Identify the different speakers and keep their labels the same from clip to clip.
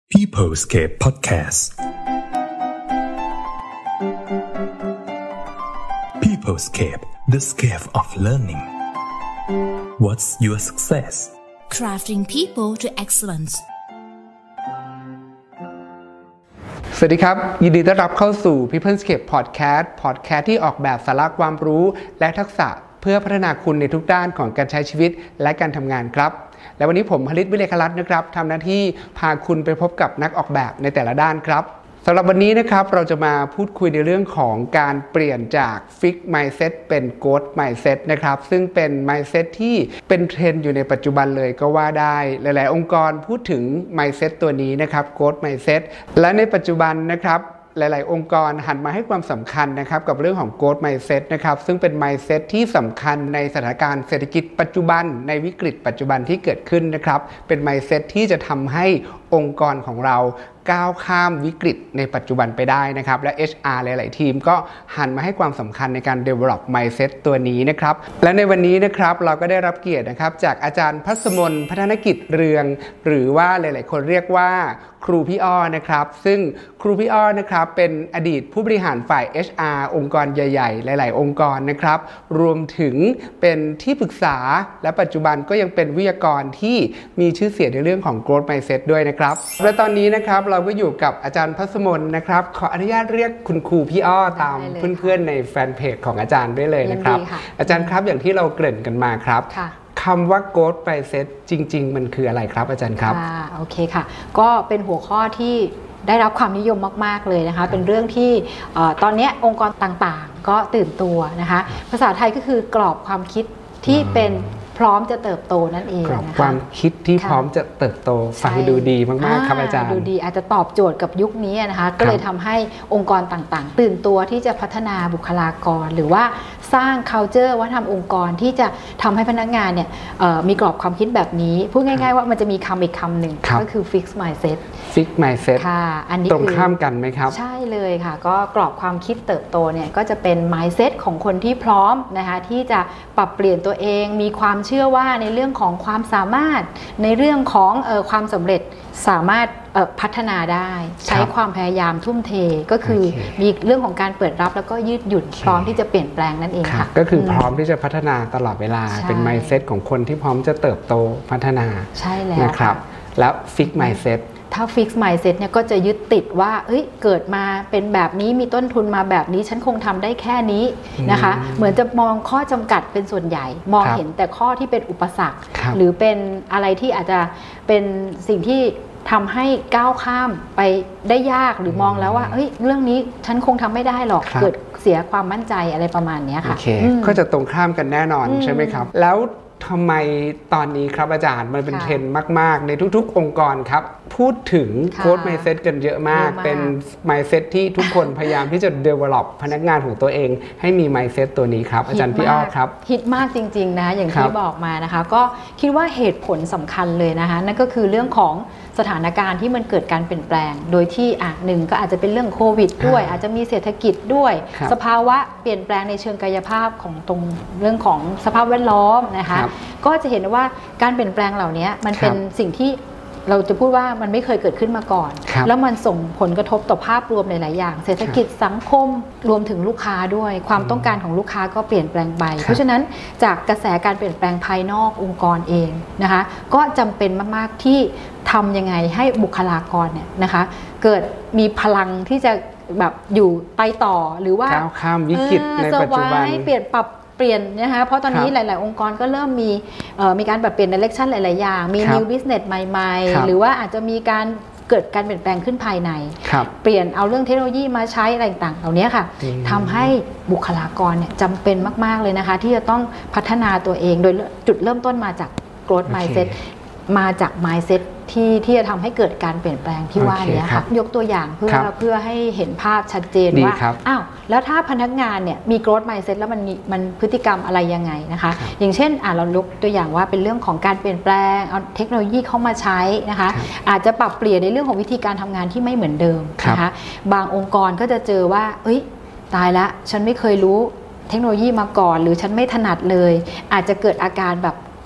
Speaker 1: Peoplescape Podcast Peoplescape, the scape of learning. What's your success?
Speaker 2: Crafting people to excellence.
Speaker 3: สวัสดีครับยินดีต้อนรับเข้าสู่ Peoplescape Podcast ที่ออกแบบสาระความรู้และทักษะเพื่อพัฒนาคุณในทุกด้านของการใช้ชีวิตและการทำงานครับและวันนี้ผมผลิตวิเลขรัตน์นะครับทำหน้าที่พาคุณไปพบกับนักออกแบบในแต่ละด้านครับสำหรับวันนี้นะครับเราจะมาพูดคุยในเรื่องของการเปลี่ยนจาก Fixed Mindset เป็น Growth Mindset นะครับซึ่งเป็น Mindset ที่เป็นเทรนด์อยู่ในปัจจุบันเลยก็ว่าได้หลายๆองค์กรพูดถึง Mindset ตัวนี้นะครับ Growth Mindset และในปัจจุบันนะครับหลายๆองค์กรหันมาให้ความสำคัญนะครับกับเรื่องของ Growth Mindset นะครับซึ่งเป็น Mindset ที่สำคัญในสถานการณ์เศรษฐกิจปัจจุบันในวิกฤตปัจจุบันที่เกิดขึ้นนะครับเป็น Mindset ที่จะทำให้องค์กรของเราก้าวข้ามวิกฤตในปัจจุบันไปได้นะครับและ HR หลายๆทีมก็หันมาให้ความสำคัญในการ develop mindset ตัวนี้นะครับและในวันนี้นะครับเราก็ได้รับเกียรตินะครับจากอาจารย์พัสมนต์พัฒนกิจเรืองหรือว่าหลายๆคนเรียกว่าครูพี่อ้อนะครับซึ่งครูพี่อ้อนะครับเป็นอดีตผู้บริหารฝ่าย HR องค์กรใหญ่ๆหลายๆองค์กรนะครับรวมถึงเป็นที่ปรึกษาและปัจจุบันก็ยังเป็นวิทยากรที่มีชื่อเสียงในเรื่องของ growth mindset ด้วยนะครับและตอนนี้นะครับเราก็อยู่กับอาจารย์พัสมนต์นะครับขออนุญาตเรียกคุณครูพี่อ้อตามเพื่อนๆในแฟนเพจของอาจารย์ด้วยเลยนะครับอาจารย์ครับอย่างที่เราเกริ่นกันมาครับคำว่า growth mindset จริงๆมันคืออะไรครับอาจารย์ครับ
Speaker 4: โอเคค่ะก็เป็นหัวข้อที่ได้รับความนิยมมากๆเลยนะคะเป็นเรื่องที่ตอนนี้องค์กรต่างๆก็ตื่นตัวนะคะภาษาไทยก็คือกรอบความคิดที่เป็นพร้อมจะเติบโตนั่นเองนะคะ
Speaker 3: ความคิดที่พร้อมจะเติบโตฟังดูดีมากๆครับอาจารย์
Speaker 4: ดูดีอาจจะตอบโจทย์กับยุคนี้นะคะก็เลยทำให้องค์กรต่างๆตื่นตัวที่จะพัฒนาบุคลากรหรือว่าสร้าง culture วัฒนธรรมองค์กรที่จะทำให้พนักงานเนี่ยมีกรอบความคิดแบบนี้พูดง่ายๆว่ามันจะมีคำอีกคำหนึ่งก็คือ fixed mindset
Speaker 3: fixed mindset
Speaker 4: ค่ะอันนี้
Speaker 3: ตรงข้ามกันไหมครับ
Speaker 4: ใช่เลยค่ะก็กรอบความคิดเติบโตเนี่ยก็จะเป็น mindset ของคนที่พร้อมนะคะที่จะปรับเปลี่ยนตัวเองมีความเชื่อว่าในเรื่องของความสามารถในเรื่องของความสำเร็จสามารถพัฒนาได้ใช้ความพยายามทุ่มเทก็คือมีเรื่องของการเปิดรับแล้วก็ยืดหยุ่นพร้อมที่จะเปลี่ยนแปลงนั่นเองค่ะ
Speaker 3: ก็คือพร้อมที่จะพัฒนาตลอดเวลาเป็น mindset ของคนที่พร้อมจะเติบโตพัฒนา
Speaker 4: ใช่แล้ว
Speaker 3: นะครับแล้ว fixed mindset
Speaker 4: ถ้า fixed mindset เนี่ยก็จะยึดติดว่าเกิดมาเป็นแบบนี้มีต้นทุนมาแบบนี้ฉันคงทำได้แค่นี้นะคะเหมือนจะมองข้อจำกัดเป็นส่วนใหญ่มองเห็นแต่ข้อที่เป็นอุปสรรคหรือเป็นอะไรที่อาจจะเป็นสิ่งที่ทำให้ก้าวข้ามไปได้ยากหรือมองแล้วว่าเรื่องนี้ฉันคงทำไม่ได้หรอกเกิดเสียความมั่นใจอะไรประมาณนี้ค่ะ
Speaker 3: ก็จะตรงข้ามกันแน่นอนใช่ไหมครับแล้วทำไมตอนนี้ครับอาจารย์มันเป็นเทรนด์มากๆในทุกๆองค์กรครับพูดถึง Growth Mindset กันเยอะมากเป็น Mindset ที่ทุกคนพยายามที่จะ develop พนักงานของตัวเองให้มี Mindset ตัวนี้ครับอาจารย์พี่อ้อครับ
Speaker 4: ฮิตมากจริงๆนะอย่างที่บอกมานะคะก็คิดว่าเหตุผลสำคัญเลยนะคะนั่นก็คือเรื่องของสถานการณ์ที่มันเกิดการเปลี่ยนแปลงโดยที่หนึ่งก็อาจจะเป็นเรื่องโควิดด้วยอาจจะมีเศรษฐกิจด้วยสภาวะเปลี่ยนแปลงในเชิงกายภาพของตรงเรื่องของสภาพแวดล้อมนะคะก็จะเห็นว่าการเปลี่ยนแปลงเหล่านี้มันเป็นสิ่งที่เราจะพูดว่ามันไม่เคยเกิดขึ้นมาก่อนแล้วมันส่งผลกระทบต่อภาพรวมหลายๆอย่างเศรษฐกิจสังคมรวมถึงลูกค้าด้วยความต้องการของลูกค้าก็เปลี่ยนแปลงไปเพราะฉะนั้นจากกระแสการเปลี่ยนแปลงภายนอกองค์กรเองนะคะก็จำเป็นมากๆที่ทำยังไงให้บุคลากรเนี่ยนะคะเกิดมีพลังที่จะแบบอยู่ไปต่อหรือว่า
Speaker 3: ก้าวข้ามวิกฤตในปัจจุบัน
Speaker 4: ให้เปลี่ยนปรับเปลี่ยนนะคะเพราะตอนนี้หลายๆองค์กรก็เริ่มมีการแบบเปลี่ยน direction หลายๆอย่างมี new business ใหม่ๆหรือว่าอาจจะมีการเกิดการเปลี่ยนแปลงขึ้นภายในเปลี่ยนเอาเรื่องเทคโนโลยีมาใช้อะไรต่างๆเหล่านี้ค่ะทำให้บุคลากรเนี่ยจำเป็นมากๆเลยนะคะที่จะต้องพัฒนาตัวเองโดยจุดเริ่มต้นมาจาก growth mindset มาจาก mindset ที่จะทำให้เกิดการเปลี่ยนแปลงที่ว่านี้ค่ะยกตัวอย่างเพื่อให้เห็นภาพชัดเจนว่าแล้วถ้าพนักงานเนี่ยมี growth mindset แล้วมันพฤติกรรมอะไรยังไงนะคะอย่างเช่นเรายกตัวอย่างว่าเป็นเรื่องของการเปลี่ยนแปลงเอาเทคโนโลยีเข้ามาใช้นะคะอาจจะปรับเปลี่ยนในเรื่องของวิธีการทำงานที่ไม่เหมือนเดิมนะคะบางองค์กรก็จะเจอว่าตายละฉันไม่เคยรู้เทคโนโลยีมาก่อนหรือฉันไม่ถนัดเลยอาจจะเกิดอาการแบบ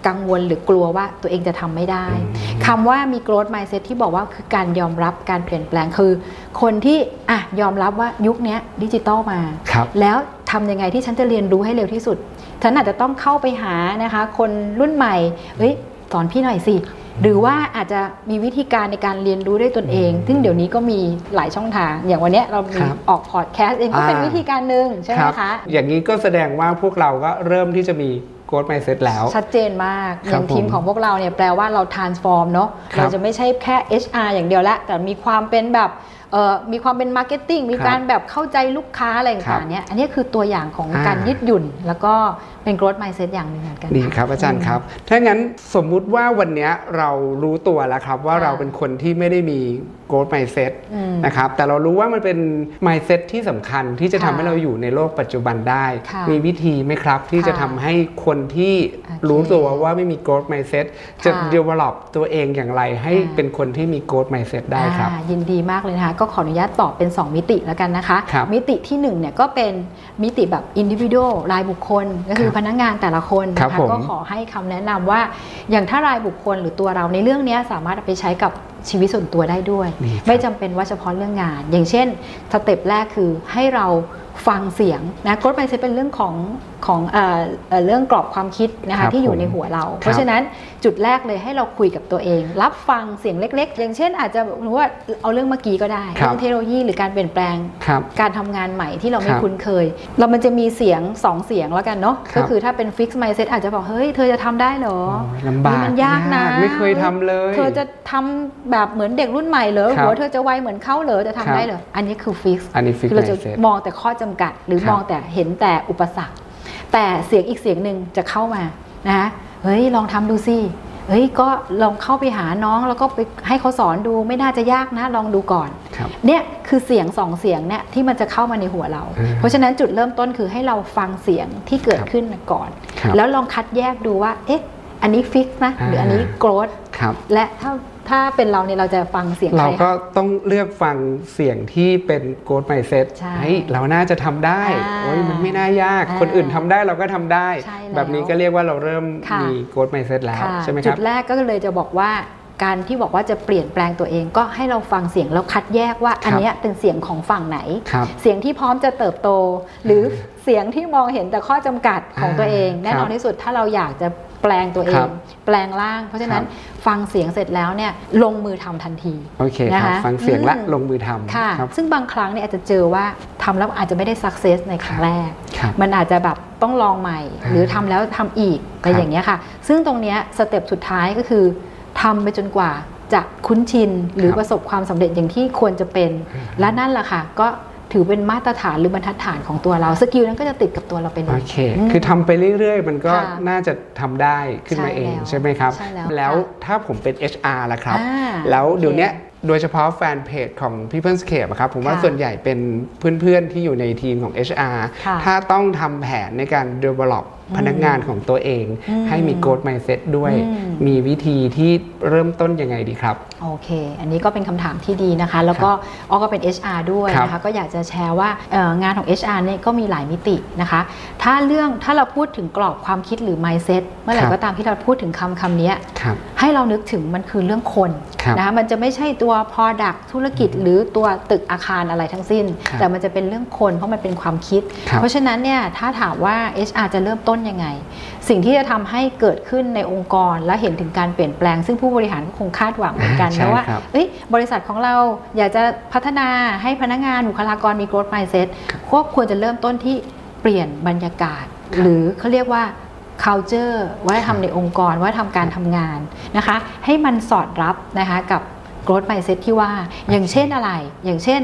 Speaker 4: กังวลหรือกลัวว่าตัวเองจะทำไม่ได้คำว่ามี growth mindset ที่บอกว่าคือการยอมรับการเปลี่ยนแปลงคือคนที่ยอมรับว่ายุคนี้ดิจิตอลมาแล้วทำยังไงที่ฉันจะเรียนรู้ให้เร็วที่สุดฉันอาจจะต้องเข้าไปหานะคะคนรุ่นใหม่สอนพี่หน่อยสิหรือว่าอาจจะมีวิธีการในการเรียนรู้ด้วยตนเองซึ่งเดี๋ยวนี้ก็มีหลายช่องทางอย่างวันนี้เรามีออกพอดแคสต์เองก็เป็นวิธีการหนึ่งใช่ไหมคะ
Speaker 3: อย่างนี้ก็แสดงว่าพวกเราก็เริ่มที่จะมีgrowth mindset แล้ว
Speaker 4: ชัดเจนมากอย่างทีมของพวกเราเนี่ยแปลว่าเรา transform เนาะเราจะไม่ใช่แค่ HR อย่างเดียวละแต่มีความเป็นแบบมีความเป็น marketing มีการแบบเข้าใจลูกค้าอะไรต่างๆเนี่ยอันนี้คือตัวอย่างของการยืดหยุ่นแล้วก็เป็น growth mindset อย่างหนึ่งเหมือนกัน
Speaker 3: ดีครับอาจารย์ครับถ้างั้นสมมุติว่าวันนี้เรารู้ตัวแล้วครับว่าเราเป็นคนที่ไม่ได้มี growth mindset นะครับแต่เรารู้ว่ามันเป็น mindset ที่สำคัญที่จะทำให้เราอยู่ในโลกปัจจุบันได้มีวิธีไหมครับที่จะทำให้คนที่รู้ตัวว่าไม่มี growth mindset จะ develop ตัวเองอย่างไรให้เป็นคนที่มี growth mindset ได้ครับ
Speaker 4: ยินดีมากเลยนะคะก็ขออนุญาตตอบเป็น2มิติแล้วกันนะคะมิติที่1เนี่ยก็เป็นมิติแบบ individual รายบุคคลก็คือพนักงานแต่ละคนนะคะก็ขอให้คำแนะนำว่าอย่างถ้ารายบุคคลหรือตัวเราในเรื่องนี้สามารถเอาไปใช้กับชีวิตส่วนตัวได้ด้วยไม่จำเป็นว่าเฉพาะเรื่องงานอย่างเช่นสเต็ปแรกคือให้เราฟังเสียงนะgrowth mindsetเป็นเรื่องของเรื่องกรอบความคิดนะคะที่อยู่ในหัวเราเพราะฉะนั้นจุดแรกเลยให้เราคุยกับตัวเองรับฟังเสียงเล็กๆอย่างเช่นอาจจะรู้ว่าเอาเรื่องเมื่อกี้ก็ได้เรื่องเทคโนโลยีหรือการเปลี่ยนแปลงการทำงานใหม่ที่เราไม่คุ้นเคยเรามันจะมีเสียง2เสียงแล้วกันเนาะก็คือถ้าเป็น fix mindset อาจจะบอกเฮ้ยเธอจะทำได้เหรอ
Speaker 3: ลำบาก
Speaker 4: มันยากนะ
Speaker 3: ไม่เคยทำเลย
Speaker 4: เธอจะทำแบบเหมือนเด็กรุ่นใหม่เหรอหัวเธอจะไวเหมือนเขาเหรอจะทำได้เหรออันนี้คือ fix คือเราจะมองแต่ข้อจำกัดหรือมองแต่เห็นแต่อุปสรรคแต่เสียงอีกเสียงหนึ่งจะเข้ามานะเฮ้ยลองทำดูสิเฮ้ยก็ลองเข้าไปหาน้องแล้วก็ไปให้เขาสอนดูไม่น่าจะยากนะลองดูก่อนเนี่ยคือเสียง2เสียงเนี่ยที่มันจะเข้ามาในหัวเราเพราะฉะนั้นจุดเริ่มต้นคือให้เราฟังเสียงที่เกิดขึ้นก่อนแล้วลองคัดแยกดูว่าเอ๊ะอันนี้ฟิกนะหรืออันนี้โกรธและถ้าเป็นเราเนี่ยเราจะฟังเสียงใคร
Speaker 3: เราก็ต้องเลือกฟังเสียงที่เป็น growth mindset เราน่าจะทำได้โอ้ยมันไม่น่ายากคนอื่นทำได้เราก็ทำได้แบบนี้ก็เรียกว่าเราเริ่มมี growth mindset แล้วใช่ไหมครับ
Speaker 4: จุดแรกก็เลยจะบอกว่าการที่บอกว่าจะเปลี่ยนแปลงตัวเองก็ให้เราฟังเสียงแล้วคัดแยกว่าอันนี้เป็นเสียงของฝั่งไหนเสียงที่พร้อมจะเติบโตหรือเสียงที่มองเห็นแต่ข้อจำกัดของตัวเองแน่นอนที่สุดถ้าเราอยากจะแปลงตัวเองแปลงร่างเพราะฉะนั้นฟังเสียงเสร็จแล้วเนี่ยลงมือทำทันที
Speaker 3: โอเคนะคะฟังเสียงและลงมือทำ
Speaker 4: ค่ะซึ่งบางครั้งเนี่ยอาจจะเจอว่าทำแล้วอาจจะไม่ได้สักเซสในครั้งแรกมันอาจจะแบบต้องลองใหม่หรือทำแล้วทำอีกอะไรอย่างเงี้ยค่ะซึ่งตรงเนี้ยสเต็ปสุดท้ายก็คือทำไปจนกว่าจะคุ้นชินหรือประสบความสำเร็จอย่างที่ควรจะเป็นและนั่นแหละค่ะก็ถือเป็นมาตรฐานหรือบรรทัดฐานของตัวเราสกิลนั้นก็จะติดกับตัวเราไปเลย
Speaker 3: โอเคคือทำไปเรื่อยๆมันก็น่าจะทำได้ขึ้นมาเองใช่ไหมครับแล้วถ้าผมเป็น HR ล่ะครับแล้วเดี๋ยวนี้โดยเฉพาะแฟนเพจของ Peoplescape ครับผมว่าส่วนใหญ่เป็นเพื่อนๆที่อยู่ในทีมของ HR ถ้าต้องทำแผนในการ develop พนักงานของตัวเองให้มี growth mindset ด้วยมีวิธีที่เริ่มต้นยังไงดีครับ
Speaker 4: โอเคอันนี้ก็เป็นคำถามที่ดีนะคะแล้วก็ก็เป็น HR ด้วยนะคะก็อยากจะแชร์ว่างานของ HR เนี่ยก็มีหลายมิตินะคะถ้าเราพูดถึงกรอบความคิดหรือ mindset เมื่อไหร่ก็ตามที่เราพูดถึงคำนี้ให้เรานึกถึงมันคือเรื่องคนนะคะมันจะไม่ใช่ตัว product ธุรกิจหรือตัวตึกอาคารอะไรทั้งสิ้นแต่มันจะเป็นเรื่องคนเพราะมันเป็นความคิดเพราะฉะนั้นเนี่ยถ้าถามว่า HR จะเริ่มต้นยังไงสิ่งที่จะทำให้เกิดขึ้นในองค์กรและเห็นถึงการเปลี่ยนแปลงซึ่งผู้บริหารก็คงคาดหวังเหมือนกันนะว่าบริษัทของเราอยากจะพัฒนาให้พนักงานบุคลากรมี growth mindset ก็ควรจะเริ่มต้นที่เปลี่ยนบรรยากาศหรือเขาเรียกว่า culture วัฒนธรรมในองค์กรวัฒนธรรมการทำงานนะคะให้มันสอดรับนะคะกับ growth mindset ที่ว่าอย่างเช่นอะไรอย่างเช่น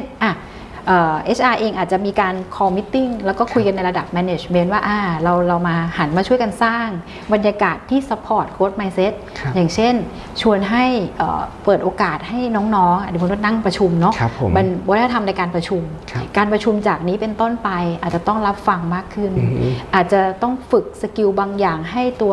Speaker 4: HR เองอาจจะมีการ call meeting แล้วก็คุยกันในระดับ management ว่าเรามาหันมาช่วยกันสร้างบรรยากาศที่ support growth mindset อย่างเช่นชวนให้เปิดโอกาสให้น้องๆเดี๋ยวผมนั่งประชุมเนาะวัฒนธรรมในการประชุมจากนี้เป็นต้นไปอาจจะต้องรับฟังมากขึ้นอาจจะต้องฝึกสกิลบางอย่างให้ตัวผ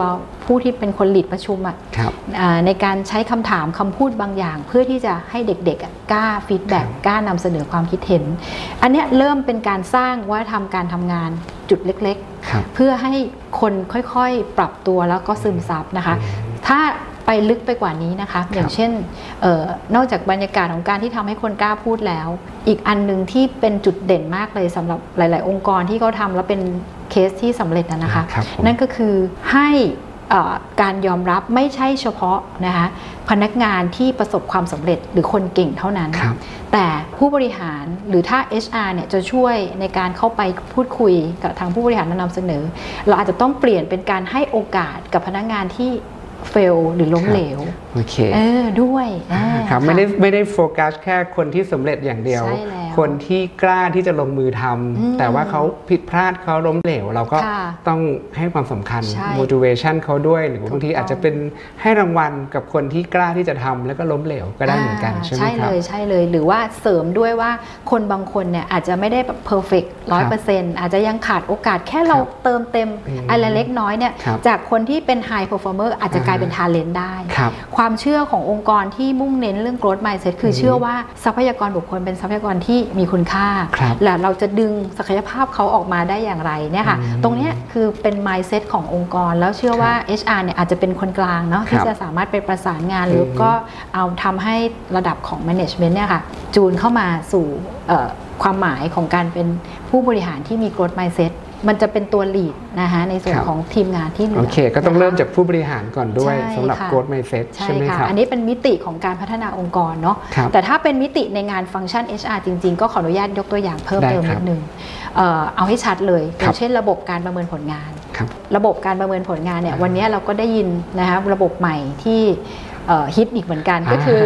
Speaker 4: ผู้ที่เป็นคนลีดประชุมในการใช้คำถามคำพูดบางอย่างเพื่อที่จะให้เด็กๆกล้าฟีดแบ็กกล้านำเสนอความคิดเห็นอันนี้เริ่มเป็นการสร้างวัฒนธรรมการทำงานจุดเล็กๆเพื่อให้คนค่อยๆปรับตัวแล้วก็ซึมซับนะคะถ้าไปลึกไปกว่านี้นะคะอย่างเช่นนอกจากบรรยากาศของการที่ทำให้คนกล้าพูดแล้วอีกอันนึงที่เป็นจุดเด่นมากเลยสำหรับหลายๆองค์กรที่เขาทำแล้วเป็นเคสที่สำเร็จนะคะนั่นก็คือให้การยอมรับไม่ใช่เฉพาะนะคะพนักงานที่ประสบความสำเร็จหรือคนเก่งเท่านั้นแต่ผู้บริหารหรือถ้า HR เนี่ยจะช่วยในการเข้าไปพูดคุยกับทางผู้บริหารนำเสนอเราอาจจะต้องเปลี่ยนเป็นการให้โอกาสกับพนักงานที่เฟลหรือล้มเหลว
Speaker 3: โอเค
Speaker 4: ด้วย
Speaker 3: ครับไม่ได้โฟกัสแค่คนที่สำเร็จอย่างเดียวคนที่กล้าที่จะลงมือทำแต่ว่าเขาผิดพลาดเขาล้มเหลวเราก็ต้องให้ความสำคัญ motivation เขาด้วยหรือบางทีอาจจะเป็นให้รางวัลกับคนที่กล้าที่จะทำแล้วก็ล้มเหลวก็ได้เหมือนกันใช่ไหมครับ
Speaker 4: ใช่เลยหรือว่าเสริมด้วยว่าคนบางคนเนี่ยอาจจะไม่ได้แบบ perfect 100% อาจจะยังขาดโอกาสแค่เราเติมเต็มอะไรเล็กน้อยเนี่ยจากคนที่เป็น high performer อาจจะกลายเป็น talent ได้ความเชื่อขององค์กรที่มุ่งเน้นเรื่อง growth mindset คือเชื่อว่าทรัพยากรบุคคลเป็นทรัพยากรที่มีคุณค่าและเราจะดึงศักยภาพเขาออกมาได้อย่างไรเนี่ยค่ะตรงนี้คือเป็น mindset ขององค์กรแล้วเชื่อว่า HR เนี่ยอาจจะเป็นคนกลางเนาะที่จะสามารถไปประสานงานหรือก็เอาทำให้ระดับของ management เนี่ยค่ะจูนเข้ามาสู่ความหมายของการเป็นผู้บริหารที่มี growth mindsetมันจะเป็นตัว lead นะคะในส่วนของทีมงานที่เหลือ
Speaker 3: โอเคก็ต้องเริ่มจากผู้บริหารก่อนด้วยสำหรับ growth mindset ใช่ไหมครับ
Speaker 4: อันนี้เป็นมิติของการพัฒนาองค์กรเนาะแต่ถ้าเป็นมิติในงานฟังก์ชัน HR จริงๆก็ขออนุญาตยกตัวอย่างเพิ่มเติมนิดนึงเอาให้ชัดเลยอย่างเช่นระบบการประเมินผลงานระบบการประเมินผลงานเนี่ยวันนี้เราก็ได้ยินนะคะระบบใหม่ที่ฮิตอีกเหมือนกันก็คือ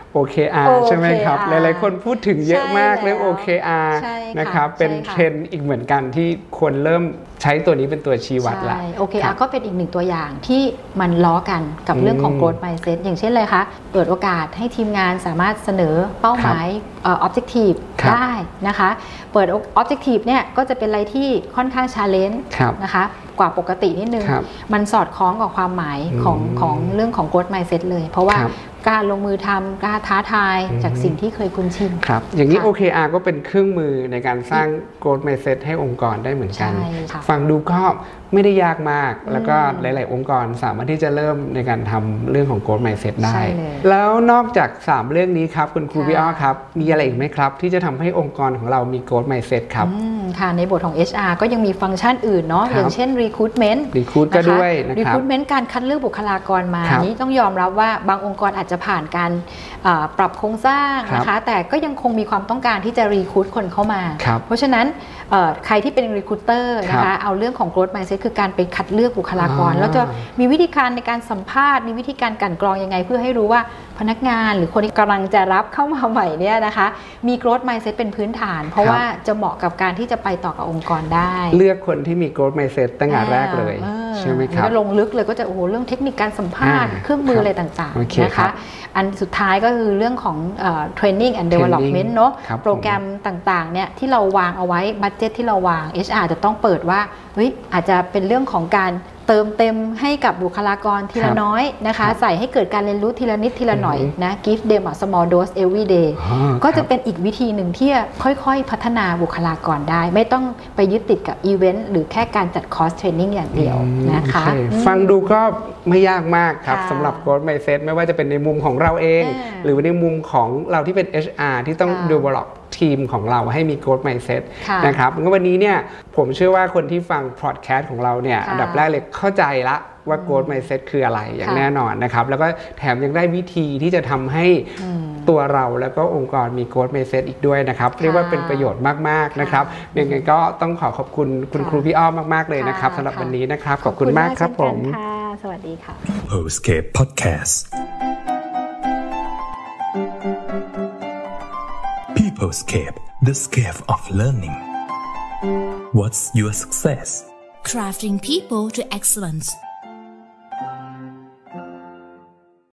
Speaker 3: OKR ใช่ไหมครับหลายๆคนพูดถึงเยอะมากเรื่อง OKR นะครับเป็นเทรนด์อีกเหมือนกันที่คนเริ่มใช้ตัวนี้เป็นตัวชี้วัดละ
Speaker 4: OKR ก็เป็นอีกหนึ่งตัวอย่างที่มันล้อกันกับเรื่องของ growth mindset อย่างเช่นเลยคะเปิดโอกาสให้ทีมงานสามารถเสนอเป้าหมายobjective ได้นะคะเปิด objective เนี่ยก็จะเป็นอะไรที่ค่อนข้าง challenge นะคะกว่าปกตินิดนึงมันสอดคล้องกับความหมายของเรื่องของ growth mindset เลยเพราะว่าการลงมือทำการท้าทายจากสิ่งที่เคยคุ้นชิน
Speaker 3: ครับอย่างนี้ OKR ก็เป็นเครื่องมือในการสร้าง growth mindset ให้องค์กรได้เหมือนกันฟังดูก็ไม่ได้ยากมากแล้วก็หลายๆองค์กรสามารถที่จะเริ่มในการทำเรื่องของ growth mindset ได้แล้วนอกจาก3เรื่องนี้ครับคุณครูพี่อ้อครับมีอะไรอีกไหมครับที่จะทำให้องค์กรของเรามี growth mindset ครับ
Speaker 4: ค่ะในบทของ HR ก็ยังมีฟังก์ชันอื่นเนาะอย่างเช่น recruitment
Speaker 3: ก็ด้วยนะครับ
Speaker 4: recruitment การคัดเลือกบุคลากรมานี้ต้องยอมรับว่าบางองค์กรอาจจะผ่านการปรับโครงสร้างนะคะแต่ก็ยังคงมีความต้องการที่จะ recruit คนเข้ามาเพราะฉะนั้นใครที่เป็น recruiter นะคะเอาเรื่องของ growth mindset คือการไปคัดเลือกบุคลากรแล้วจะมีวิธีการในการสัมภาษณ์มีวิธีการกลั่นกรองยังไงเพื่อให้รู้ว่าพนักงานหรือคนที่กำลังจะรับเข้ามาใหม่เนี่ยนะคะมี growth mindset เป็นพื้นฐานเพราะว่าจะเหมาะกับการที่จะไปต่อกับองค์กรได้
Speaker 3: เลือกคนที่มี growth mindset ตั้งแต่แรกเลยใช่ไหมครับ
Speaker 4: ลงลึกเลยก็จะเรื่องเทคนิคการสัมภาษณ์เครื่องมืออะไรต่างๆนะคะอันสุดท้ายก็คือเรื่องของtraining and development เนาะโปรแกรมต่างๆเนี่ยที่เราวางเอาไว้บัดเจ็ตที่เราวาง HR จะต้องเปิดว่าอาจจะเป็นเรื่องของการเติมเต็มให้กับบุคลากรทีละน้อยนะคะใส่ให้เกิดการเรียนรู้ทีละนิดทีละหน่อยนะ give them a small dose every day ก็จะเป็นอีกวิธีหนึ่งที่ค่อยๆพัฒนาบุคลากรได้ไม่ต้องไปยึดติดกับอีเวนต์หรือแค่การจัดคอร์สเทรนนิ่งอย่างเดียวนะคะ
Speaker 3: ฟังดูก็ไม่ยากมากครับสำหรับ growth mindset ไม่ว่าจะเป็นในมุมของเราเองหรือในมุมของเราที่เป็น HR ที่ต้อง developทีมของเราให้มี growth mindset นะครับงั้นวันนี้เนี่ยผมเชื่อว่าคนที่ฟัง podcast ของเราเนี่ยอันดับแรกเลยเข้าใจละว่า growth mindset คืออะไรอย่างแน่นอนนะครับแล้วก็แถมยังได้วิธีที่จะทำให้ตัวเราแล้วก็องค์กรมี growth mindset อีกด้วยนะครับเรียกว่าเป็นประโยชน์มากๆนะครับยังไงก็ต้องขอบคุณคุณครูพี่อ้อมมากๆเลยนะครับสำหรับวันนี้นะครับขอบคุณมากครับผม
Speaker 4: สวัสดีค่ะ
Speaker 1: Peoplescape Podcast Peoplescape, the scape of learning. What's your success?
Speaker 2: Crafting people to excellence.